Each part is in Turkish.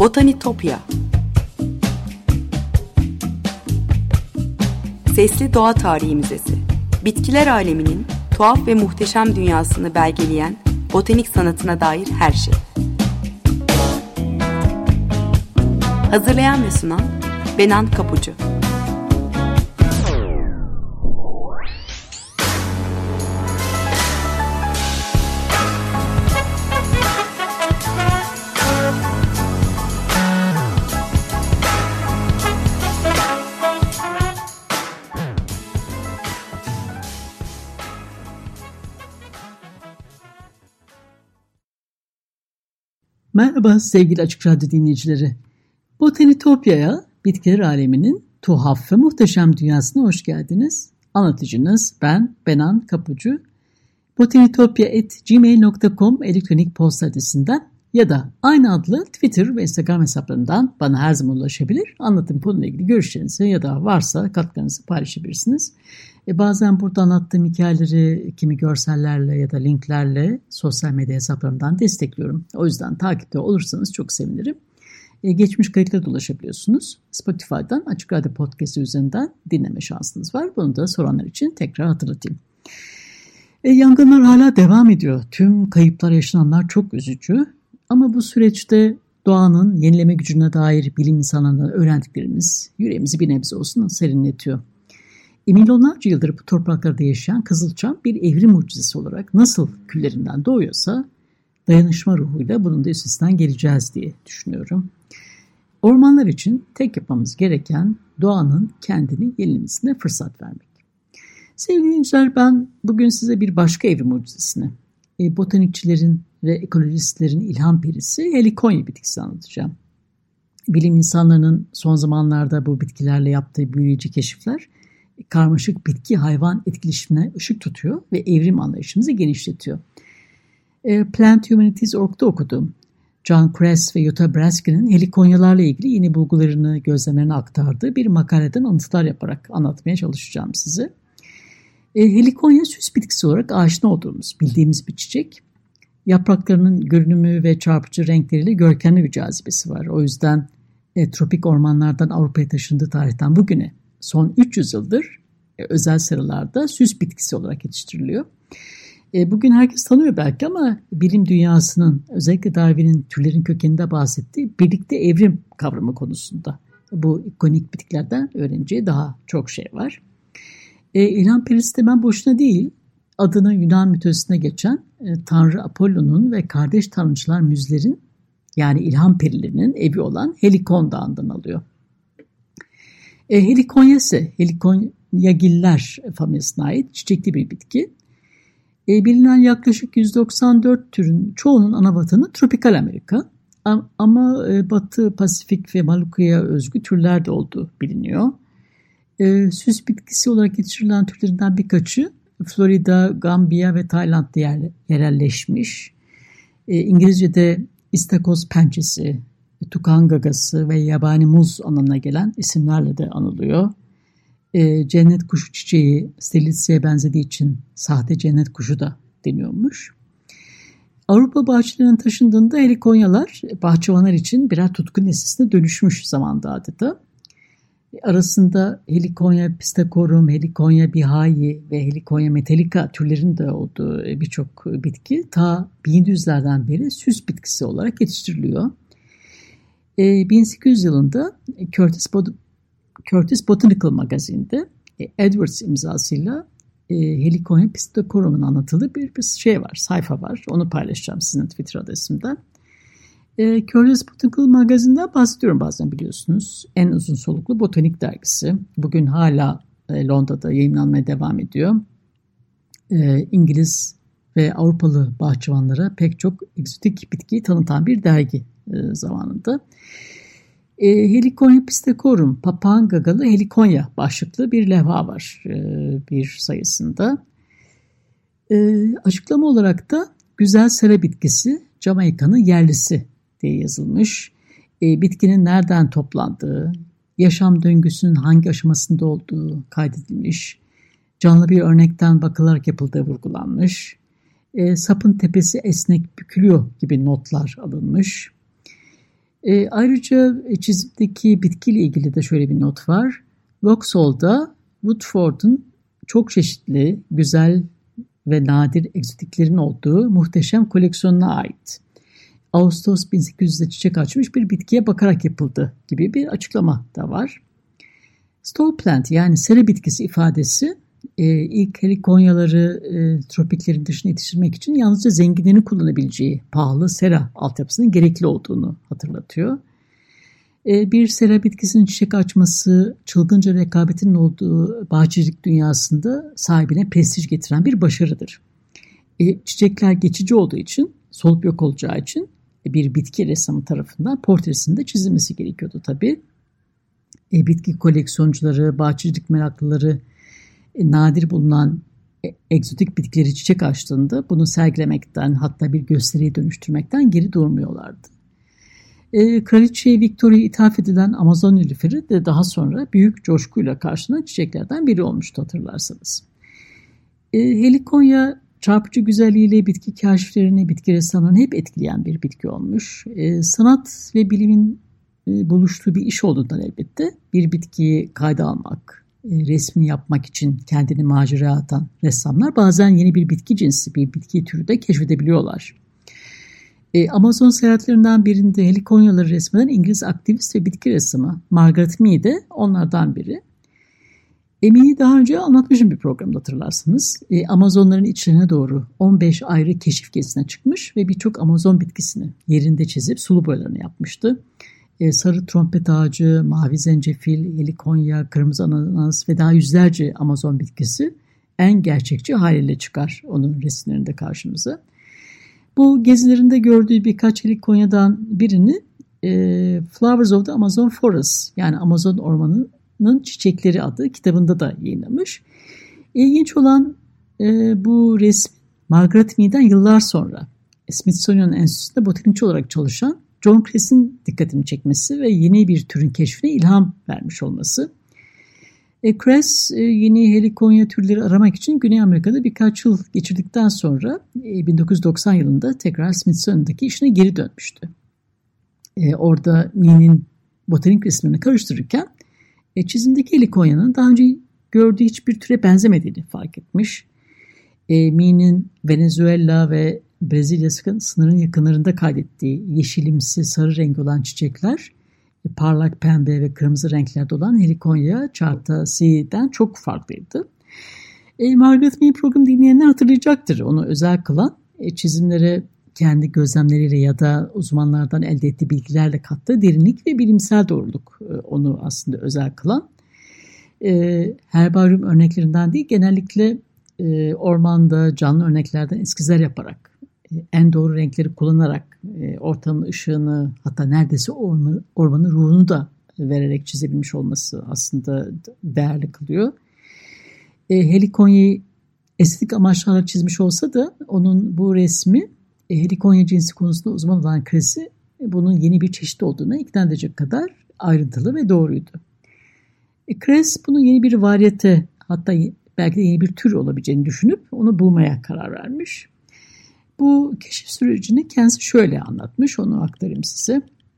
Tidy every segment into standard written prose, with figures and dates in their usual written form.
Botanitopya. Sesli Doğa Tarihi Müzesi. Bitkiler aleminin tuhaf ve muhteşem dünyasını belgeleyen botanik sanatına dair her şey. Hazırlayan ve sunan Benan Kapucu. Merhaba sevgili Açık Radyo dinleyicileri. Botanitopya'ya, bitkiler aleminin tuhaf ve muhteşem dünyasına hoş geldiniz. Anlatıcınız ben Benan Kapucu. botanitopya@gmail.com elektronik posta adresinden ya da aynı adlı Twitter ve Instagram hesaplarından bana her zaman ulaşabilir. Anlatım konuyla ilgili görüşlerinizi ya da varsa katkılarınızı paylaşabilirsiniz. Bazen burada anlattığım hikayeleri kimi görsellerle ya da linklerle sosyal medya hesaplarımdan destekliyorum. O yüzden takipte olursanız çok sevinirim. Geçmiş kayıtlara da ulaşabiliyorsunuz. Spotify'dan Açık Radyo Podcast'ı üzerinden dinleme şansınız var. Bunu da soranlar için tekrar hatırlatayım. Yangınlar hala devam ediyor. Tüm kayıplar yaşananlar çok üzücü. Ama bu süreçte doğanın yenileme gücüne dair bilim insanlarından öğrendiklerimiz yüreğimizi bir nebze olsun serinletiyor. Milyonlarca yıldır bu topraklarda yaşayan Kızılçam bir evrim mucizesi olarak nasıl küllerinden doğuyorsa dayanışma ruhuyla bunun da üstesinden geleceğiz diye düşünüyorum. Ormanlar için tek yapmamız gereken doğanın kendini yenilemesine fırsat vermek. Sevgili dinleyiciler, ben bugün size bir başka evrim mucizesini, botanikçilerin ve ekolojistlerin ilham perisi Helikonya bitkisi anlatacağım. Bilim insanlarının son zamanlarda bu bitkilerle yaptığı büyüleyici keşifler karmaşık bitki-hayvan etkileşimine ışık tutuyor ve evrim anlayışımızı genişletiyor. PlantHumanities.org'da okudum. John Kress ve Jutta Brasky'nin helikonyalarla ilgili yeni bulgularını, gözlemlerini aktardığı bir makaleden alıntılar yaparak anlatmaya çalışacağım size. Helikonya süs bitkisi olarak aşina olduğumuz, bildiğimiz bir çiçek. Yapraklarının görünümü ve çarpıcı renkleriyle görkemli bir cazibesi var. O yüzden tropik ormanlardan Avrupa'ya taşındığı tarihten bugüne son 300 yıldır özel seralarda süs bitkisi olarak yetiştiriliyor. Bugün herkes tanıyor belki ama bilim dünyasının özellikle Darwin'in türlerin kökeninde bahsettiği birlikte evrim kavramı konusunda bu ikonik bitkilerden öğreneceği daha çok şey var. İlham perisi de ben boşuna değil, adını Yunan mitolojisine geçen Tanrı Apollo'nun ve kardeş tanrıçılar Müzler'in yani ilham perilerinin evi olan Helikon Dağı'ndan alıyor. Helikonya ise Helikonyagiller familyasına ait çiçekli bir bitki. Bilinen yaklaşık 194 türün çoğunun ana vatanı tropikal Amerika. Ama Batı, Pasifik ve Maluku'ya özgü türler de olduğu biliniyor. Süs bitkisi olarak yetiştirilen türlerinden birkaçı Florida, Gambiya ve Tayland'da yerelleşmiş. İngilizce'de istakoz pençesi, tukan gagası ve yabani muz anlamına gelen isimlerle de anılıyor. Cennet kuşu çiçeği Strelitzia'ya benzediği için sahte cennet kuşu da deniyormuş. Avrupa bahçelerine taşındığında helikonyalar bahçıvanlar için birer tutku nesnesine dönüşmüş zamanda adeta. Arasında Helikonya pistakorum, Helikonya bihayi ve Helikonya metallica türlerinin de olduğu birçok bitki ta 1700'lerden beri süs bitkisi olarak yetiştiriliyor. 1800 yılında Curtis Botanical Magazine'de Edwards imzasıyla Helikonya pistakorum'un anlatıldığı bir şey var, sayfa var. Onu paylaşacağım sizin Twitter adresimden. Curtis Botanical Magazine'den bahsediyorum bazen biliyorsunuz. En uzun soluklu botanik dergisi. Bugün hala Londra'da yayınlanmaya devam ediyor. İngiliz ve Avrupalı bahçıvanlara pek çok egzotik bitkiyi tanıtan bir dergi zamanında. Helikonya pistakorum, papağan gagalı helikonya başlıklı bir levha var bir sayısında. Açıklama olarak da güzel sera bitkisi, Jamaika'nın yerlisi diye yazılmış. Bitkinin nereden toplandığı, yaşam döngüsünün hangi aşamasında olduğu kaydedilmiş. Canlı bir örnekten bakılarak yapıldığı vurgulanmış. Sapın tepesi esnek bükülüyor gibi notlar alınmış. Ayrıca çizimdeki bitkiyle ilgili de şöyle bir not var. Vauxhall'da Woodford'un çok çeşitli, güzel ve nadir egzotiklerin olduğu muhteşem koleksiyonuna ait. Ağustos 1800'de çiçek açmış bir bitkiye bakarak yapıldı gibi bir açıklama da var. Stall plant yani sera bitkisi ifadesi ilk helikonyaları tropiklerin dışına yetiştirmek için yalnızca zenginlerin kullanabileceği pahalı sera altyapısının gerekli olduğunu hatırlatıyor. Bir sera bitkisinin çiçek açması çılgınca rekabetin olduğu bahçecilik dünyasında sahibine prestij getiren bir başarıdır. Çiçekler geçici olduğu için, solup yok olacağı için bir bitki ressamı tarafından portresinde çizilmesi gerekiyordu tabii. Bitki koleksiyoncuları, bahçecilik meraklıları nadir bulunan egzotik bitkileri çiçek açtığında bunu sergilemekten hatta bir gösteriye dönüştürmekten geri durmuyorlardı. Kraliçe Victoria'ya ithaf edilen Amazon nilüferi de daha sonra büyük coşkuyla karşılanan çiçeklerden biri olmuştu hatırlarsanız. Helikonya çarpıcı güzelliğiyle bitki keşiflerini, bitki ressamlarını hep etkileyen bir bitki olmuş. Sanat ve bilimin buluştuğu bir iş olduğundan elbette bir bitkiyi kayda almak, resmini yapmak için kendini maceraya atan ressamlar bazen yeni bir bitki cinsi, bir bitki türü de keşfedebiliyorlar. Amazon seyahatlerinden birinde helikonyaları resmeden İngiliz aktivist ve bitki ressamı Margaret Mee de onlardan biri. Mee'yi daha önce anlatmışım bir programda hatırlarsınız. Amazonların içlerine doğru 15 ayrı keşif gezisine çıkmış ve birçok Amazon bitkisini yerinde çizip sulu boyalarını yapmıştı. Sarı trompet ağacı, mavi zencefil, helikonya, kırmızı ananas ve daha yüzlerce Amazon bitkisi en gerçekçi haliyle çıkar onun resimlerinde karşımıza. Bu gezilerinde gördüğü birkaç helikonyadan birini Flowers of the Amazon Forest yani Amazon Ormanı'nın Çiçekleri adlı kitabında da yayınlamış. İlginç olan bu resim Margaret Mee'den yıllar sonra Smithsonian Enstitüsü'nde botanikçi olarak çalışan John Kress'in dikkatini çekmesi ve yeni bir türün keşfine ilham vermiş olması. Kress yeni helikonya türleri aramak için Güney Amerika'da birkaç yıl geçirdikten sonra 1990 yılında tekrar Smithsonian'daki işine geri dönmüştü. Orada Mee'nin botanik resimlerini karıştırırken çizimdeki helikonyanın daha önce gördüğü hiçbir türe benzemediğini fark etmiş. Mee'nin Venezuela ve Brezilya sınırının yakınlarında kaydettiği yeşilimsi sarı rengi olan çiçekler parlak pembe ve kırmızı renklerde olan Helikonya chartaceae'den çok farklıydı. Margaret Mee programı dinleyenler hatırlayacaktır. Onu özel kılan çizimlere kendi gözlemleriyle ya da uzmanlardan elde ettiği bilgilerle kattığı derinlik ve bilimsel doğruluk onu aslında özel kılan. Herbaryum örneklerinden değil genellikle ormanda canlı örneklerden eskizler yaparak en doğru renkleri kullanarak ortamın ışığını hatta neredeyse ormanın ruhunu da vererek çizebilmiş olması aslında değerli kılıyor. Helikonya'yı estetik amaçlarla çizmiş olsa da onun bu resmi helikonya cinsi konusunda uzman olan Kress'i bunun yeni bir çeşit olduğuna ikna edecek kadar ayrıntılı ve doğruydu. Kress bunun yeni bir varyete hatta belki de yeni bir tür olabileceğini düşünüp onu bulmaya karar vermiş. Bu keşif sürecini kendisi şöyle anlatmış, onu aktarayım size.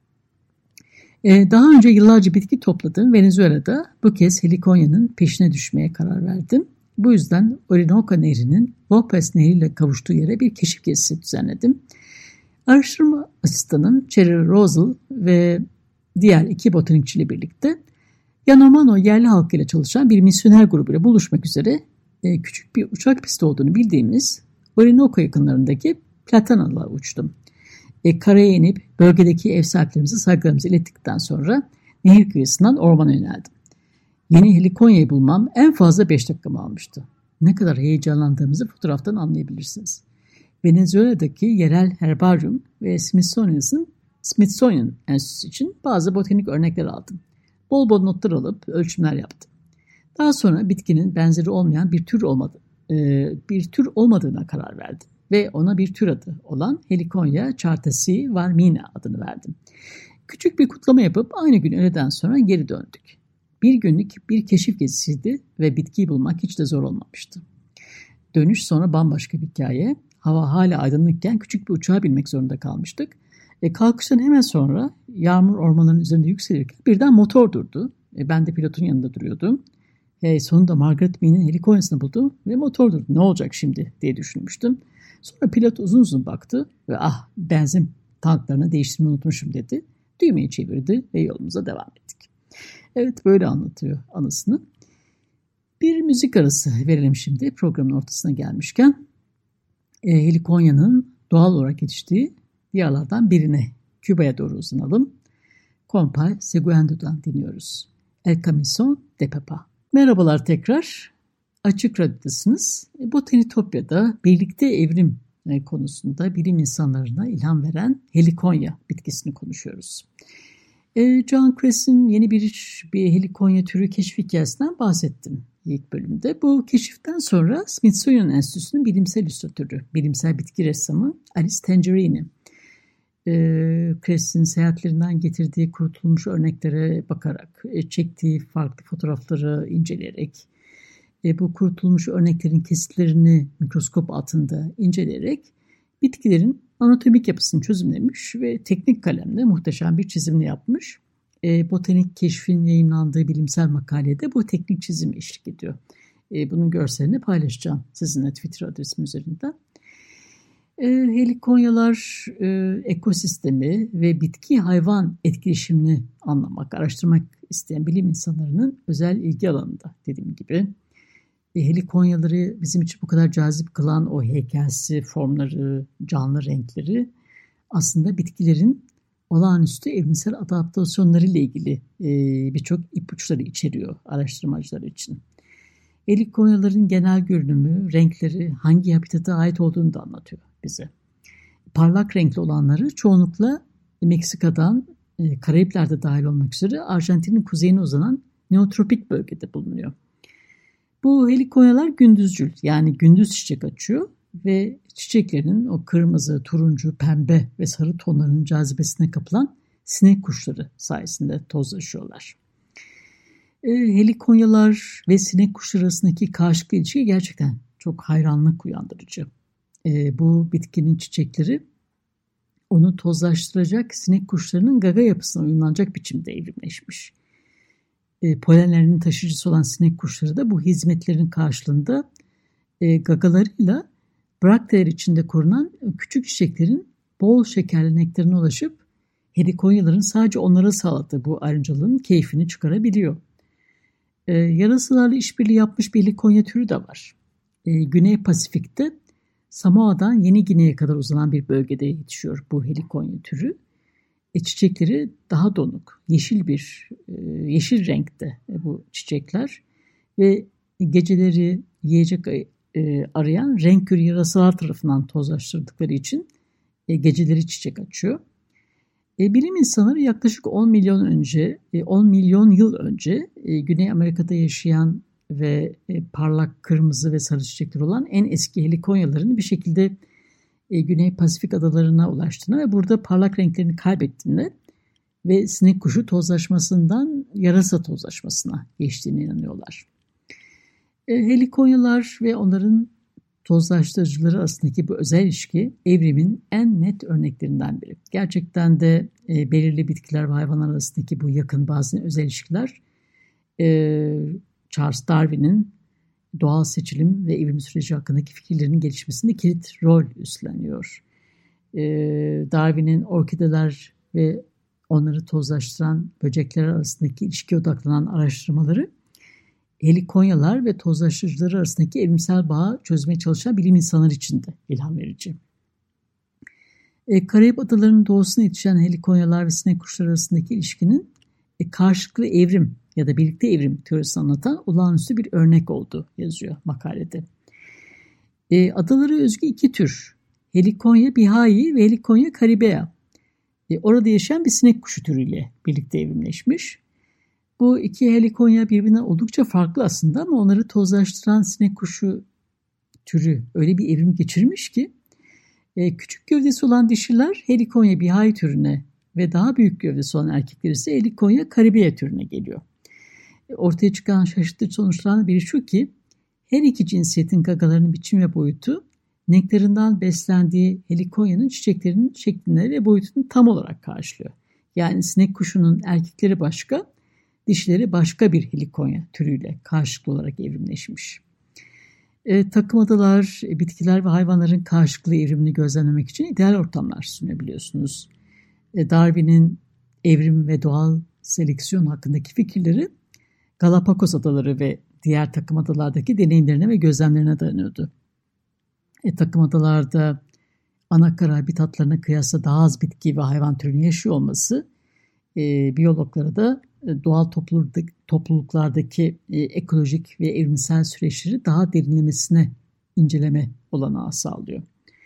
Daha önce yıllarca bitki topladım Venezuela'da bu kez helikonya'nın peşine düşmeye karar verdim. Bu yüzden Orinoco Nehri'nin Lopez Nehri ile kavuştuğu yere bir keşif gezisi düzenledim. Araştırma asistanım Cheryl Rosal ve diğer 2 botanikçiyle birlikte Yanomamo yerli halkıyla çalışan bir misyoner grubuyla buluşmak üzere küçük bir uçak pisti olduğunu bildiğimiz Orinoco yakınlarındaki Platano'la uçtum. Karaya inip bölgedeki ev sahiplerimize saygılarımızı ilettikten sonra nehir kıyısından ormana yöneldim. Yeni helikonyayı bulmam en fazla 5 dakikamı almıştı. Ne kadar heyecanlandığımızı fotoğraftan anlayabilirsiniz. Venezuela'daki yerel herbaryum ve Smithsonian Enstitüsü için bazı botanik örnekler aldım. Bol bol notlar alıp ölçümler yaptım. Daha sonra bitkinin benzeri olmayan bir tür olmadığına karar verdim ve ona bir tür adı olan Helikonya chartaceae varmina adını verdim. Küçük bir kutlama yapıp aynı gün öğleden sonra geri döndük. Bir günlük bir keşif gezisiydi ve bitkiyi bulmak hiç de zor olmamıştı. Dönüş sonra bambaşka bir hikaye. Hava hala aydınlıkken küçük bir uçağa binmek zorunda kalmıştık. Kalkıştan hemen sonra yağmur ormanların üzerinde yükselirken birden motor durdu. Ben de pilotun yanında duruyordum. Sonunda Margaret Mead'in helikonyasını buldum ve motor durdu. Ne olacak şimdi diye düşünmüştüm. Sonra pilot uzun uzun baktı ve benzin tanklarını değiştirmeyi unutmuşum dedi. Düğmeyi çevirdi ve yolumuza devam ettik. Evet, böyle anlatıyor anısını. Bir müzik arası verelim şimdi programın ortasına gelmişken. Helikonya'nın doğal olarak yetiştiği diyarlardan birine, Küba'ya doğru uzanalım. Compay Seguindo'dan dinliyoruz. El Camino de Papa. Merhabalar tekrar. Açık Radyo'dasınız. Botanitopya'da birlikte evrim konusunda bilim insanlarına ilham veren Helikonya bitkisini konuşuyoruz. John Kress'in yeni bir Helikonya türü keşif hikayesinden bahsettim ilk bölümde. Bu keşiften sonra Smithsonian Enstitüsü'nün bilimsel illüstratörü, bilimsel bitki ressamı Alice Tangerini, Kress'in seyahatlerinden getirdiği kurutulmuş örneklere bakarak, çektiği farklı fotoğrafları inceleyerek, bu kurutulmuş örneklerin kesitlerini mikroskop altında inceleyerek bitkilerin anatomik yapısını çözümlemiş ve teknik kalemle muhteşem bir çizimini yapmış. Botanik Keşf'in yayınlandığı bilimsel makalede bu teknik çizim eşlik ediyor. Bunun görselini paylaşacağım sizinle Twitter adresim üzerinden. Helikonyalar ekosistemi ve bitki-hayvan etkileşimini anlamak, araştırmak isteyen bilim insanlarının özel ilgi alanında dediğim gibi. Helikonyaları bizim için bu kadar cazip kılan o heykelsi formları, canlı renkleri aslında bitkilerin olağanüstü evrimsel adaptasyonları ile ilgili birçok ipuçları içeriyor araştırmacılar için. Helikonyaların genel görünümü, renkleri hangi habitata ait olduğunu da anlatıyor bize. Parlak renkli olanları çoğunlukla Meksika'dan, Karayipler'de dahil olmak üzere Arjantin'in kuzeyine uzanan neotropik bölgede bulunuyor. Bu helikonyalar gündüzcül, yani gündüz çiçek açıyor ve çiçeklerin o kırmızı, turuncu, pembe ve sarı tonlarının cazibesine kapılan sinek kuşları sayesinde tozlaşıyorlar. Helikonyalar ve sinek kuşları arasındaki karşılıklı ilişki gerçekten çok hayranlık uyandırıcı. Bu bitkinin çiçekleri onu tozlaştıracak sinek kuşlarının gaga yapısına uyumlanacak biçimde evrimleşmiş. Polenlerinin taşıyıcısı olan sinek kuşları da bu hizmetlerin karşılığında gagalarıyla brakteler içinde korunan küçük çiçeklerin bol şekerli nektarına ulaşıp helikonyaların sadece onlara sağladığı bu ayrıcalığın keyfini çıkarabiliyor. Yarasalarla işbirliği yapmış bir helikonya türü de var. Güney Pasifik'te Samoa'dan Yeni Gine'ye kadar uzanan bir bölgede yetişiyor bu helikonya türü. Çiçekleri daha donuk, yeşil renkte bu çiçekler ve geceleri yiyecek arayan renk körü yarasalar tarafından tozlaştırdıkları için geceleri çiçek açıyor. Bilim insanları yaklaşık 10 milyon yıl önce Güney Amerika'da yaşayan ve parlak kırmızı ve sarı çiçekler olan en eski helikonyaların bir şekilde Güney Pasifik adalarına ulaştığını ve burada parlak renklerini kaybettiğini ve sinek kuşu tozlaşmasından yarasa tozlaşmasına geçtiğine inanıyorlar. Helikonyalar ve onların tozlaştırıcıları arasındaki bu özel ilişki evrimin en net örneklerinden biri. Gerçekten de belirli bitkiler ve hayvanlar arasındaki bu yakın bazen özel ilişkiler Charles Darwin'in doğal seçilim ve evrim süreci hakkındaki fikirlerinin gelişmesinde kilit rol üstleniyor. Darwin'in orkideler ve onları tozlaştıran böcekler arasındaki ilişkiye odaklanan araştırmaları helikonyalar ve tozlaştırıcılar arasındaki evrimsel bağı çözmeye çalışan bilim insanları için de ilham verici. Karayip adalarının doğusuna yetişen helikonyalar ve sinek kuşları arasındaki ilişkinin karşılıklı evrim ya da birlikte evrim teorisini anlatan olağanüstü bir örnek oldu yazıyor makalede. Adalara özgü iki tür, Helikonya bihai ve Helikonya caribea, orada yaşayan bir sinek kuşu türüyle birlikte evrimleşmiş. Bu iki helikonya birbirinden oldukça farklı aslında ama onları tozlaştıran sinek kuşu türü öyle bir evrim geçirmiş ki küçük gövdesi olan dişiler Helikonya bihai türüne ve daha büyük gövdesi olan erkekler ise Helikonya caribea türüne geliyor. Ortaya çıkan şaşırtıcı sonuçlardan biri şu ki her iki cinsiyetin gagalarının biçim ve boyutu nektarından beslendiği helikonya'nın çiçeklerinin şeklini ve boyutunu tam olarak karşılıyor. Yani sinek kuşunun erkekleri başka, dişleri başka bir helikonya türüyle karşılıklı olarak evrimleşmiş. Takım adalar, bitkiler ve hayvanların karşılıklı evrimini gözlemlemek için ideal ortamlar sunabiliyorsunuz. Darwin'in evrim ve doğal seleksiyon hakkındaki fikirleri Galapagos adaları ve diğer takım adalardaki deneyimlerine ve gözlemlerine dayanıyordu. Takım adalarda ana kara habitatlarına kıyasla daha az bitki ve hayvan türünün yaşıyor olması biyologlara da doğal topluluklardaki ekolojik ve evrimsel süreçleri daha derinlemesine inceleme olanağı sağlıyor.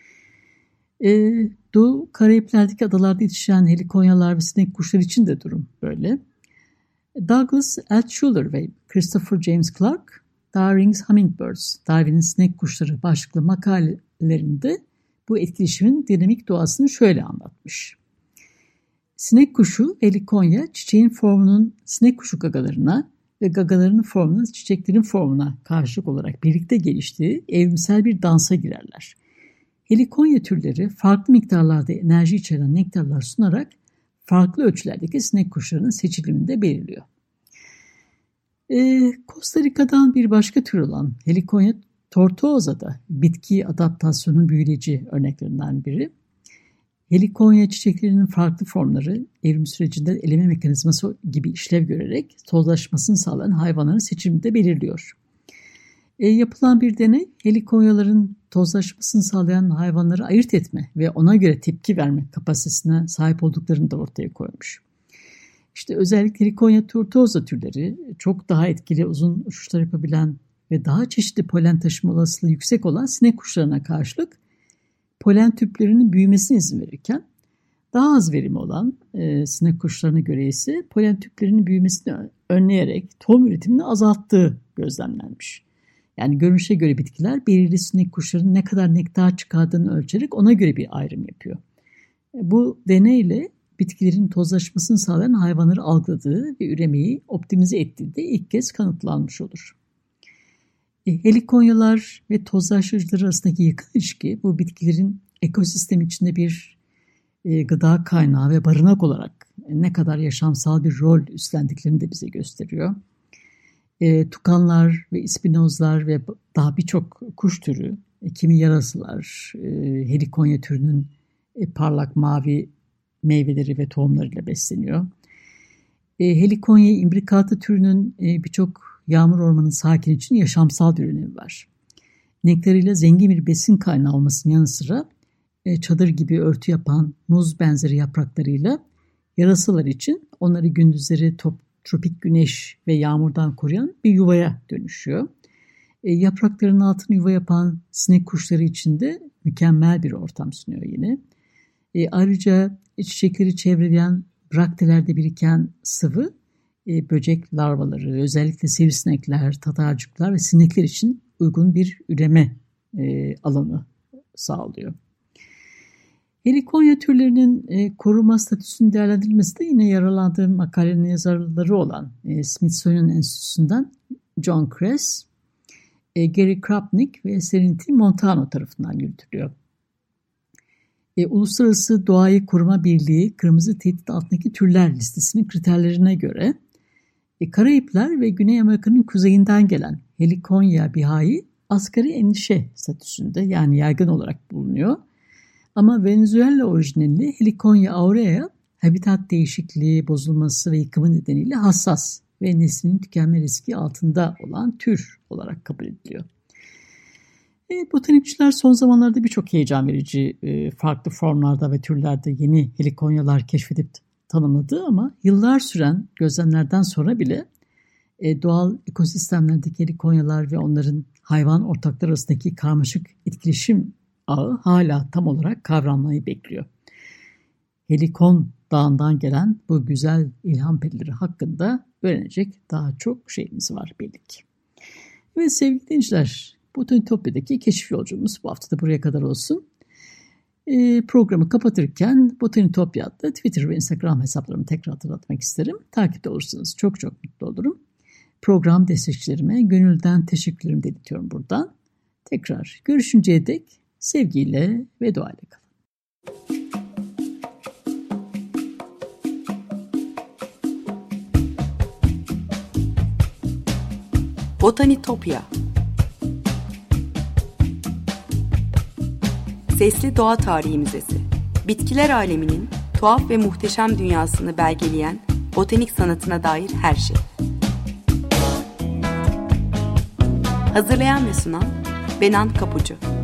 Doğu Karayipler'deki adalarda yetişen helikonyalar ve sinek kuşları için de durum böyle. Douglas Altshuler ve Christopher James Clark, Darwin's Hummingbirds, Darwin'in sinek kuşları başlıklı makalelerinde bu etkileşimin dinamik doğasını şöyle anlatmış. Sinek kuşu helikonya çiçeğin formunun sinek kuşu gagalarına ve gagalarının formunun çiçeklerin formuna karşılık olarak birlikte geliştiği evrimsel bir dansa girerler. Helikonya türleri farklı miktarlarda enerji içeren nektarlar sunarak farklı ölçülerdeki sinek kuşlarının seçilimini de belirliyor. Costa Rica'dan bir başka tür olan Heliconia tortuosa da bitki adaptasyonun büyüleyici örneklerinden biri. Heliconia çiçeklerinin farklı formları evrim sürecinde eleme mekanizması gibi işlev görerek tozlaşmasını sağlayan hayvanların seçimini de belirliyor. Yapılan bir deney helikonyaların tozlaşmasını sağlayan hayvanları ayırt etme ve ona göre tepki verme kapasitesine sahip olduklarını da ortaya koymuş. İşte özellikle Heliconia tortuosa türleri çok daha etkili uzun uçuşlar yapabilen ve daha çeşitli polen taşıma olasılığı yüksek olan sinek kuşlarına karşılık polen tüplerinin büyümesine izin verirken daha az verimi olan sinek kuşlarına göre ise polen tüplerinin büyümesini önleyerek tohum üretimini azalttığı gözlemlenmiş. Yani görünüşe göre bitkiler belirli sinek kuşlarının ne kadar nektar çıkardığını ölçerek ona göre bir ayrım yapıyor. Bu deneyle bitkilerin tozlaşmasını sağlayan hayvanları algıladığı ve üremeyi optimize ettiği de ilk kez kanıtlanmış olur. Helikonyalar ve tozlaştırıcılar arasındaki yakın ilişki bu bitkilerin ekosistem içinde bir gıda kaynağı ve barınak olarak ne kadar yaşamsal bir rol üstlendiklerini de bize gösteriyor. Tukanlar ve ispinozlar ve daha birçok kuş türü, kimi yarasılar, Helikonya türünün parlak mavi meyveleri ve tohumlarıyla besleniyor. Helikonya imbricata türünün birçok yağmur ormanı sakin için yaşamsal bir önemi var. Nektarıyla zengin bir besin kaynağı olmasının yanı sıra çadır gibi örtü yapan muz benzeri yapraklarıyla yarasalar için onları gündüzleri tropik güneş ve yağmurdan koruyan bir yuvaya dönüşüyor. Yapraklarının altını yuva yapan sinek kuşları için de mükemmel bir ortam sunuyor yine. Ayrıca çiçekleri çevreleyen braktelerde biriken sıvı böcek larvaları, özellikle sivrisinekler, tatarcıklar ve sinekler için uygun bir üreme alanı sağlıyor. Helikonya türlerinin koruma statüsünün değerlendirilmesi de yine yaralandığım makalenin yazarları olan Smithsonian Enstitüsü'nden John Kress, Gary Krupnik ve Serenity Montano tarafından yürütülüyor. Uluslararası Doğayı Koruma Birliği Kırmızı Tehdit altındaki türler listesinin kriterlerine göre Karayipler ve Güney Amerika'nın kuzeyinden gelen Heliconia bihai asgari endişe statüsünde, yani yaygın olarak bulunuyor. Ama Venezuela orijinali Heliconia aurea habitat değişikliği, bozulması ve yıkımı nedeniyle hassas ve neslinin tükenme riski altında olan tür olarak kabul ediliyor. Botanikçiler son zamanlarda birçok heyecan verici farklı formlarda ve türlerde yeni helikonyalar keşfedip tanımladı ama yıllar süren gözlemlerden sonra bile doğal ekosistemlerdeki helikonyalar ve onların hayvan ortakları arasındaki karmaşık etkileşim ağı hala tam olarak kavranmayı bekliyor. Helikon Dağı'ndan gelen bu güzel ilham perileri hakkında öğrenecek daha çok şeyimiz var belli ki. Evet sevgili dinleyiciler, Botanitopya'daki keşif yolculuğumuz bu hafta da buraya kadar olsun. Programı kapatırken Botanitopya adlı Twitter ve Instagram hesaplarımı tekrar hatırlatmak isterim. Takipte olursanız çok çok mutlu olurum. Program destekçilerime gönülden teşekkürlerimi de iletiyorum buradan. Tekrar görüşünceye dek Sevgiyle ve duayla kalın. Botanitopya. Sesli Doğa Tarihi Müzesi. Bitkiler aleminin tuhaf ve muhteşem dünyasını belgeleyen botanik sanatına dair her şey. Hazırlayan ve sunan Benan Kapucu.